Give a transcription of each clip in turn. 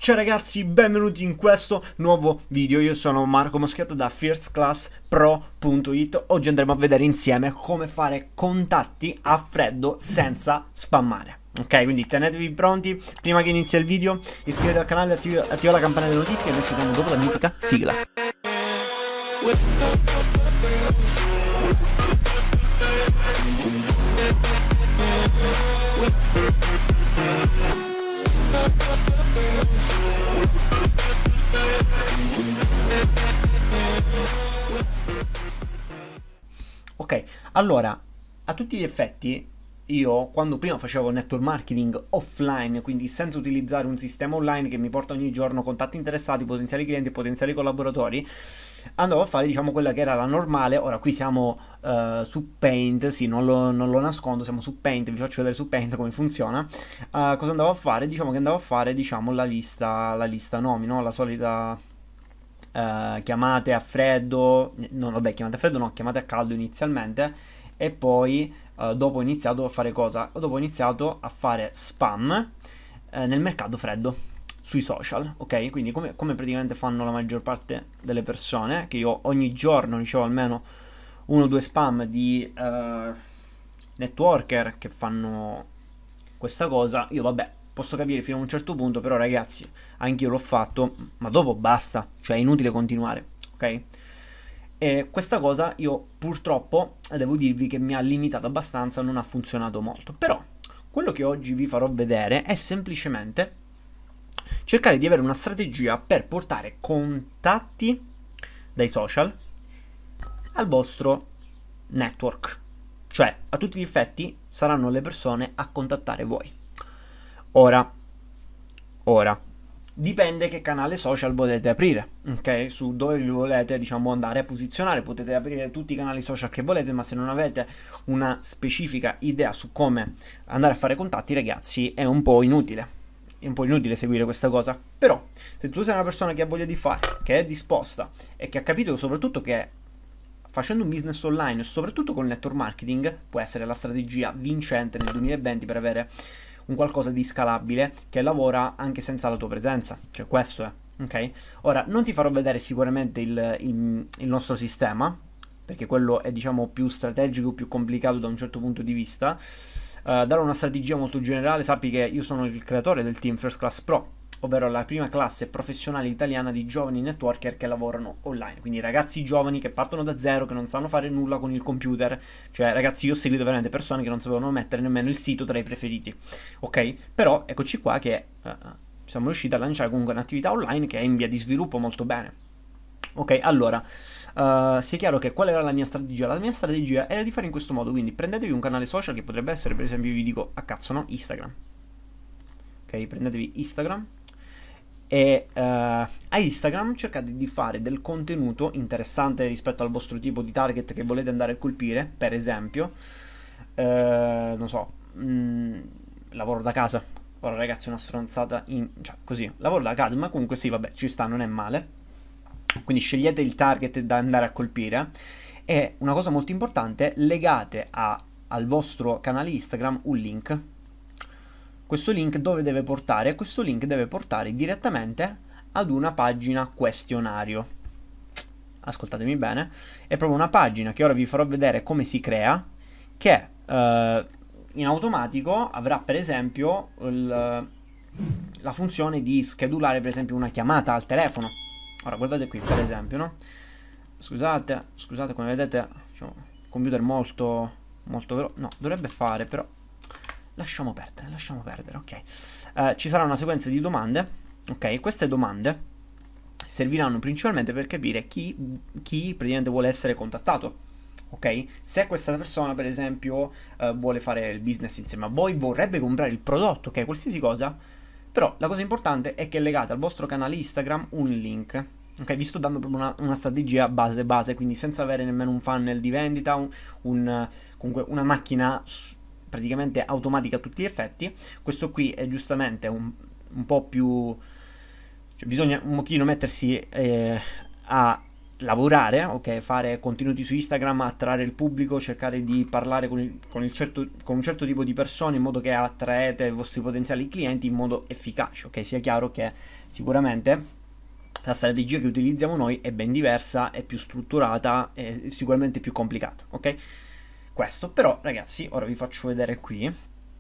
Ciao ragazzi, benvenuti in questo nuovo video. Io sono Marco Moschetto da firstclasspro.it. Oggi andremo a vedere insieme come fare contatti a freddo senza spammare. Ok, quindi tenetevi pronti. Prima che inizi il video, iscrivetevi al canale e attiva la campanella delle notifiche e noi ci vediamo dopo la mitica sigla. Ok, allora, a tutti gli effetti, io quando prima facevo network marketing offline, quindi senza utilizzare un sistema online che mi porta ogni giorno contatti interessati, potenziali clienti e potenziali collaboratori, andavo a fare, diciamo, quella che era la normale. Ora qui siamo su Paint, sì, non lo nascondo, siamo su Paint, vi faccio vedere su Paint come funziona. Cosa andavo a fare? Diciamo che andavo a fare, diciamo, la lista nomi, no? La solita chiamate a freddo, no vabbè, chiamate a freddo no, chiamate a caldo inizialmente, e poi dopo ho iniziato a fare cosa? Dopo ho iniziato a fare spam nel mercato freddo sui social, ok? Quindi come praticamente fanno la maggior parte delle persone, che io ogni giorno ricevo almeno uno o due spam di networker che fanno questa cosa. Io vabbè, posso capire fino a un certo punto, però ragazzi, anch'io l'ho fatto, ma dopo basta, cioè è inutile continuare, ok? E questa cosa io purtroppo devo dirvi che mi ha limitato abbastanza, non ha funzionato molto. Però quello che oggi vi farò vedere è semplicemente cercare di avere una strategia per portare contatti dai social al vostro network. Cioè, a tutti gli effetti saranno le persone a contattare voi. Ora, dipende che canale social volete aprire, ok? Su dove vi volete, diciamo, andare a posizionare. Potete aprire tutti i canali social che volete, ma se non avete una specifica idea su come andare a fare contatti, ragazzi, è un po' inutile. È un po' inutile seguire questa cosa. Però, se tu sei una persona che ha voglia di fare, che è disposta e che ha capito soprattutto che facendo un business online, soprattutto con il network marketing, può essere la strategia vincente nel 2020 per avere un qualcosa di scalabile che lavora anche senza la tua presenza. Cioè questo è, ok? Ora, non ti farò vedere sicuramente il nostro sistema, perché quello è, diciamo, più strategico, più complicato da un certo punto di vista. Darò una strategia molto generale. Sappi che io sono il creatore del team First Class Pro, ovvero la prima classe professionale italiana di giovani networker che lavorano online. Quindi ragazzi giovani che partono da zero, che non sanno fare nulla con il computer. Cioè ragazzi, io ho seguito veramente persone che non sapevano mettere nemmeno il sito tra i preferiti, ok? Però eccoci qua che siamo riusciti a lanciare comunque un'attività online che è in via di sviluppo molto bene. Ok, allora, sia chiaro che qual era la mia strategia? La mia strategia era di fare in questo modo, quindi prendetevi un canale social che potrebbe essere, per esempio, vi dico a cazzo, no? Instagram. Ok, prendetevi Instagram e a Instagram cercate di fare del contenuto interessante rispetto al vostro tipo di target che volete andare a colpire. Per esempio, non so, lavoro da casa. Ora ragazzi, una stronzata cioè così, lavoro da casa, ma comunque sì, vabbè, ci sta, non è male. Quindi scegliete il target da andare a colpire e una cosa molto importante, legate al vostro canale Instagram un link. Questo link dove deve portare? Questo link deve portare direttamente ad una pagina questionario. Ascoltatemi bene, è proprio una pagina che ora vi farò vedere come si crea, che in automatico avrà per esempio la funzione di schedulare per esempio una chiamata al telefono. Ora guardate qui per esempio, no? Scusate, come vedete, diciamo, il computer molto veloce, no, dovrebbe fare, però lasciamo perdere, ok. Ci sarà una sequenza di domande, ok? Queste domande serviranno principalmente per capire chi praticamente vuole essere contattato, ok? Se questa persona, per esempio, vuole fare il business insieme a voi, vorrebbe comprare il prodotto, ok? Qualsiasi cosa, però la cosa importante è che legate al vostro canale Instagram un link. Ok, vi sto dando proprio una strategia base, quindi senza avere nemmeno un funnel di vendita, comunque una macchina praticamente automatica a tutti gli effetti. Questo qui è giustamente un po' più, cioè bisogna un pochino mettersi a lavorare, ok, fare contenuti su Instagram, attrarre il pubblico, cercare di parlare con un certo tipo di persone in modo che attraete i vostri potenziali clienti in modo efficace, ok? Sia chiaro che sicuramente la strategia che utilizziamo noi è ben diversa, è più strutturata, è sicuramente più complicata, ok? Questo, però ragazzi, ora vi faccio vedere qui.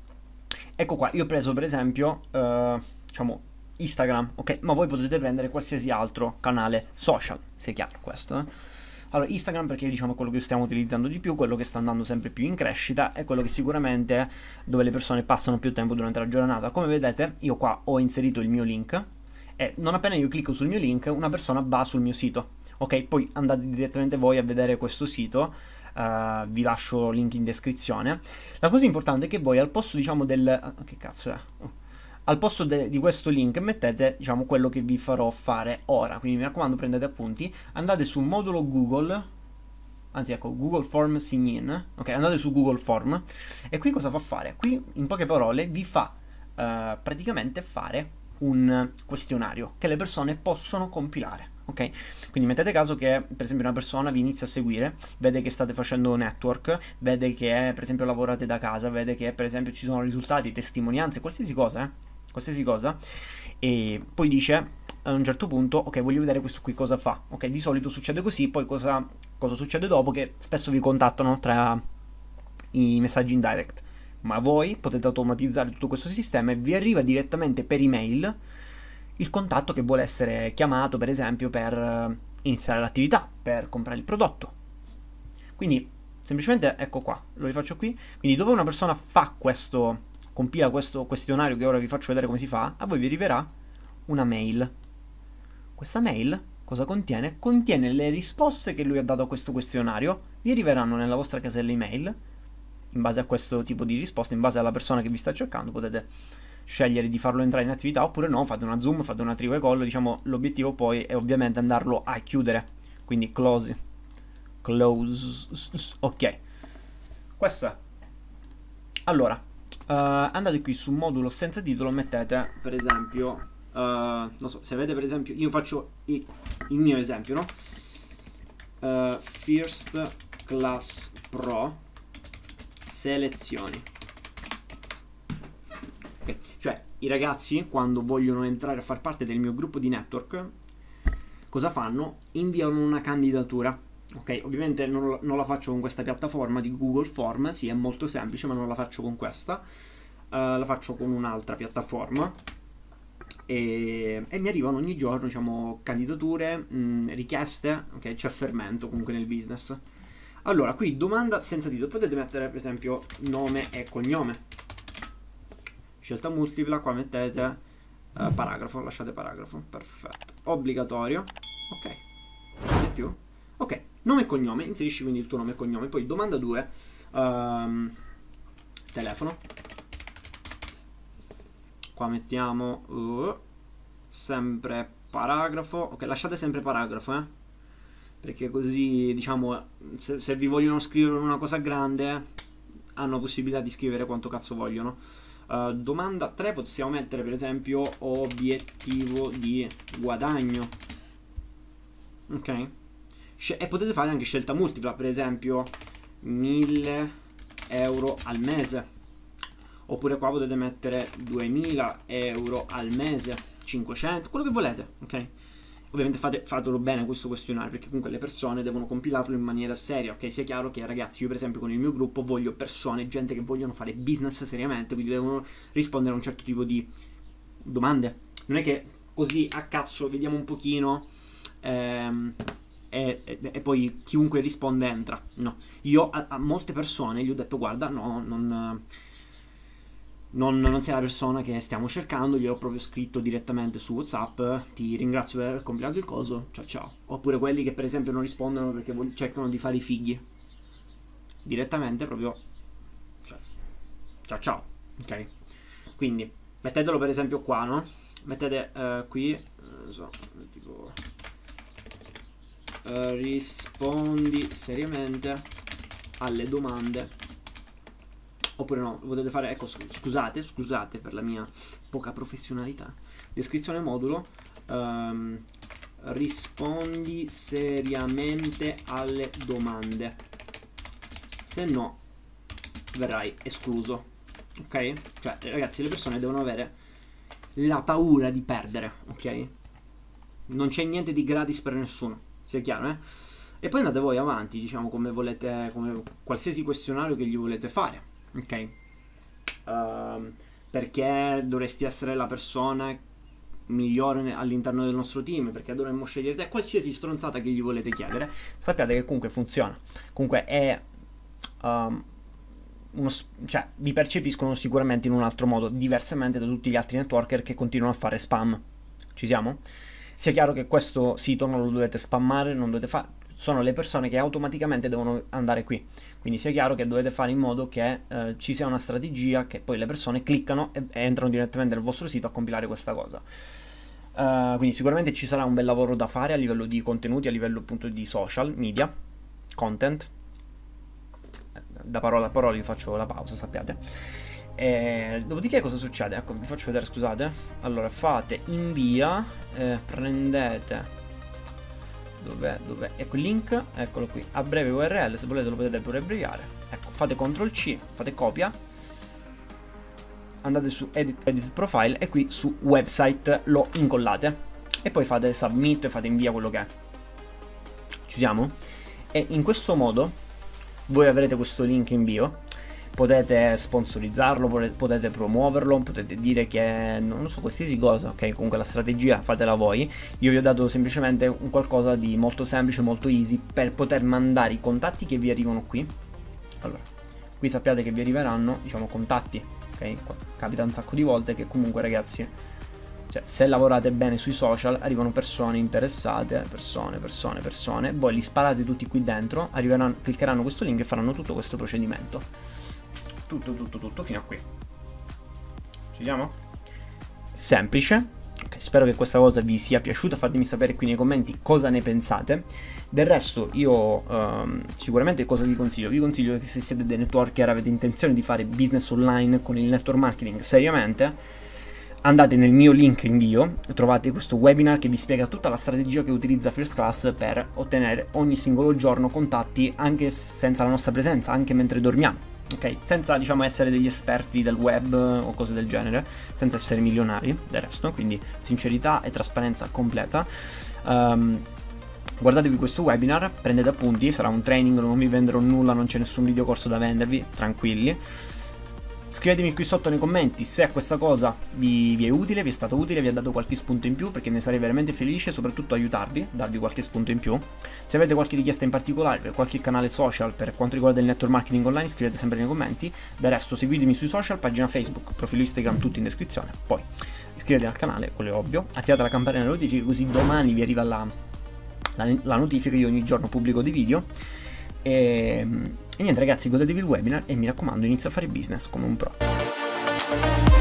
Ecco qua, io ho preso per esempio, diciamo, Instagram, ok? Ma voi potete prendere qualsiasi altro canale social, sia chiaro questo, Allora, Instagram perché diciamo è quello che stiamo utilizzando di più, quello che sta andando sempre più in crescita, è quello che sicuramente dove le persone passano più tempo durante la giornata. Come vedete, io qua ho inserito il mio link e non appena io clicco sul mio link, una persona va sul mio sito, ok? Poi andate direttamente voi a vedere questo sito, vi lascio link in descrizione. La cosa importante è che voi al posto, diciamo, che cazzo è? Al posto di questo link mettete, diciamo, quello che vi farò fare ora. Quindi mi raccomando, prendete appunti, andate sul modulo Google, anzi ecco, Google Form Sign In, ok, andate su Google Form e qui cosa fa fare? Qui in poche parole vi fa praticamente fare un questionario che le persone possono compilare. Ok? Quindi mettete caso che per esempio una persona vi inizia a seguire, vede che state facendo network, vede che per esempio lavorate da casa, vede che per esempio ci sono risultati, testimonianze, qualsiasi cosa, qualsiasi cosa, e poi dice a un certo punto, ok, voglio vedere questo qui cosa fa, ok, di solito succede così, poi cosa succede dopo? Che spesso vi contattano tra i messaggi in direct, ma voi potete automatizzare tutto questo sistema e vi arriva direttamente per email il contatto che vuole essere chiamato, per esempio, per iniziare l'attività, per comprare il prodotto. Quindi, semplicemente, ecco qua, lo rifaccio qui. Quindi, dove una persona fa questo, compila questo questionario che ora vi faccio vedere come si fa, a voi vi arriverà una mail. Questa mail cosa contiene? Contiene le risposte che lui ha dato a questo questionario, vi arriveranno nella vostra casella email, in base a questo tipo di risposte, in base alla persona che vi sta cercando, potete scegliere di farlo entrare in attività oppure no, fate una zoom, fate una trio e call, diciamo l'obiettivo poi è ovviamente andarlo a chiudere, quindi close, ok, questo è. Allora, andate qui su modulo senza titolo, mettete per esempio, non so, se avete per esempio, io faccio il mio esempio, no? First Class Pro selezioni. Cioè, i ragazzi, quando vogliono entrare a far parte del mio gruppo di network, cosa fanno? Inviano una candidatura. Ok, ovviamente non la faccio con questa piattaforma di Google Form, sì, è molto semplice, ma non la faccio con questa. La faccio con un'altra piattaforma. E mi arrivano ogni giorno, diciamo, candidature, richieste, ok? C'è fermento comunque nel business. Allora, qui domanda senza titolo, potete mettere per esempio nome e cognome. Scelta multipla, qua mettete paragrafo, lasciate paragrafo, perfetto. Obbligatorio, ok. Di più? Ok, nome e cognome, inserisci quindi il tuo nome e cognome. Poi domanda 2, telefono. Qua mettiamo sempre paragrafo, ok, lasciate sempre paragrafo, perché così, diciamo, se vi vogliono scrivere una cosa grande, hanno possibilità di scrivere quanto cazzo vogliono. Domanda 3 possiamo mettere per esempio obiettivo di guadagno, ok, e potete fare anche scelta multipla, per esempio 1000 euro al mese, oppure qua potete mettere 2000 euro al mese, 500, quello che volete, ok. Ovviamente fatelo bene questo questionario, perché comunque le persone devono compilarlo in maniera seria, ok? Sia chiaro che ragazzi, io per esempio con il mio gruppo voglio persone, gente che vogliono fare business seriamente, quindi devono rispondere a un certo tipo di domande. Non è che così a cazzo vediamo un pochino e poi chiunque risponde entra. No, io a molte persone gli ho detto guarda, no, non sei la persona che stiamo cercando, gliel'ho proprio scritto direttamente su WhatsApp, ti ringrazio per aver compilato il coso, ciao ciao. Oppure quelli che per esempio non rispondono perché cercano di fare i fighi, direttamente proprio, cioè, ciao ciao, ok? Quindi mettetelo per esempio qua, no? Mettete qui, non so, tipo, rispondi seriamente alle domande. Oppure no, potete fare, ecco, scusate per la mia poca professionalità. Descrizione modulo, rispondi seriamente alle domande, se no verrai escluso. Ok? Cioè, ragazzi, le persone devono avere la paura di perdere, ok? Non c'è niente di gratis per nessuno, sia chiaro, eh? E poi andate voi avanti, diciamo, come volete, come qualsiasi questionario che gli volete fare, ok? Perché dovresti essere la persona migliore all'interno del nostro team, perché dovremmo scegliere te, qualsiasi stronzata che gli volete chiedere, sappiate che comunque funziona. Comunque è cioè vi percepiscono sicuramente in un altro modo, diversamente da tutti gli altri networker che continuano a fare spam. Ci siamo? Sia chiaro che questo sito non lo dovete spammare, non dovete fare, sono le persone che automaticamente devono andare qui, quindi sia chiaro che dovete fare in modo che ci sia una strategia che poi le persone cliccano e entrano direttamente nel vostro sito a compilare questa cosa. Quindi sicuramente ci sarà un bel lavoro da fare a livello di contenuti, a livello appunto di social media, content. Da parola a parola vi faccio la pausa, sappiate. Dopodiché cosa succede? Ecco, vi faccio vedere, scusate. Allora, fate invia, prendete dov'è? Ecco il link, eccolo qui, a breve URL, se volete lo potete pure abbreviare. Ecco, fate CTRL C, fate copia, andate su edit profile e qui su website lo incollate e poi fate submit, fate invia, quello che è. Ci siamo? E in questo modo voi avrete questo link in bio, potete sponsorizzarlo, potete promuoverlo, potete dire che, non lo so, qualsiasi cosa, ok? Comunque la strategia fatela voi. Io vi ho dato semplicemente un qualcosa di molto semplice, molto easy, per poter mandare i contatti che vi arrivano qui. Allora, qui sappiate che vi arriveranno, diciamo, contatti, ok? Capita un sacco di volte che comunque, ragazzi, cioè, se lavorate bene sui social, arrivano persone interessate, persone, voi li sparate tutti qui dentro, cliccheranno questo link e faranno tutto questo procedimento. Tutto fino a qui. Ci siamo? Semplice. Okay, spero che questa cosa vi sia piaciuta, fatemi sapere qui nei commenti cosa ne pensate. Del resto io sicuramente cosa vi consiglio? Vi consiglio che se siete dei networker, avete intenzione di fare business online con il network marketing seriamente, andate nel mio link in bio, trovate questo webinar che vi spiega tutta la strategia che utilizza First Class per ottenere ogni singolo giorno contatti anche senza la nostra presenza, anche mentre dormiamo, ok? Senza, diciamo, essere degli esperti del web o cose del genere, senza essere milionari del resto, quindi sincerità e trasparenza completa. Guardatevi questo webinar, prendete appunti, sarà un training, non vi venderò nulla, non c'è nessun videocorso da vendervi, tranquilli. Scrivetemi qui sotto nei commenti se questa cosa vi è utile, vi è stata utile, vi ha dato qualche spunto in più, perché ne sarei veramente felice, soprattutto aiutarvi, darvi qualche spunto in più. Se avete qualche richiesta in particolare per qualche canale social per quanto riguarda il network marketing online, scrivete sempre nei commenti. Del resto seguitemi sui social, pagina Facebook, profilo Instagram, tutto in descrizione. Poi iscrivetevi al canale, quello è ovvio, attivate la campanella delle notifiche così domani vi arriva la notifica, io ogni giorno pubblico dei video. E niente ragazzi, godetevi il webinar e mi raccomando, inizia a fare business come un pro.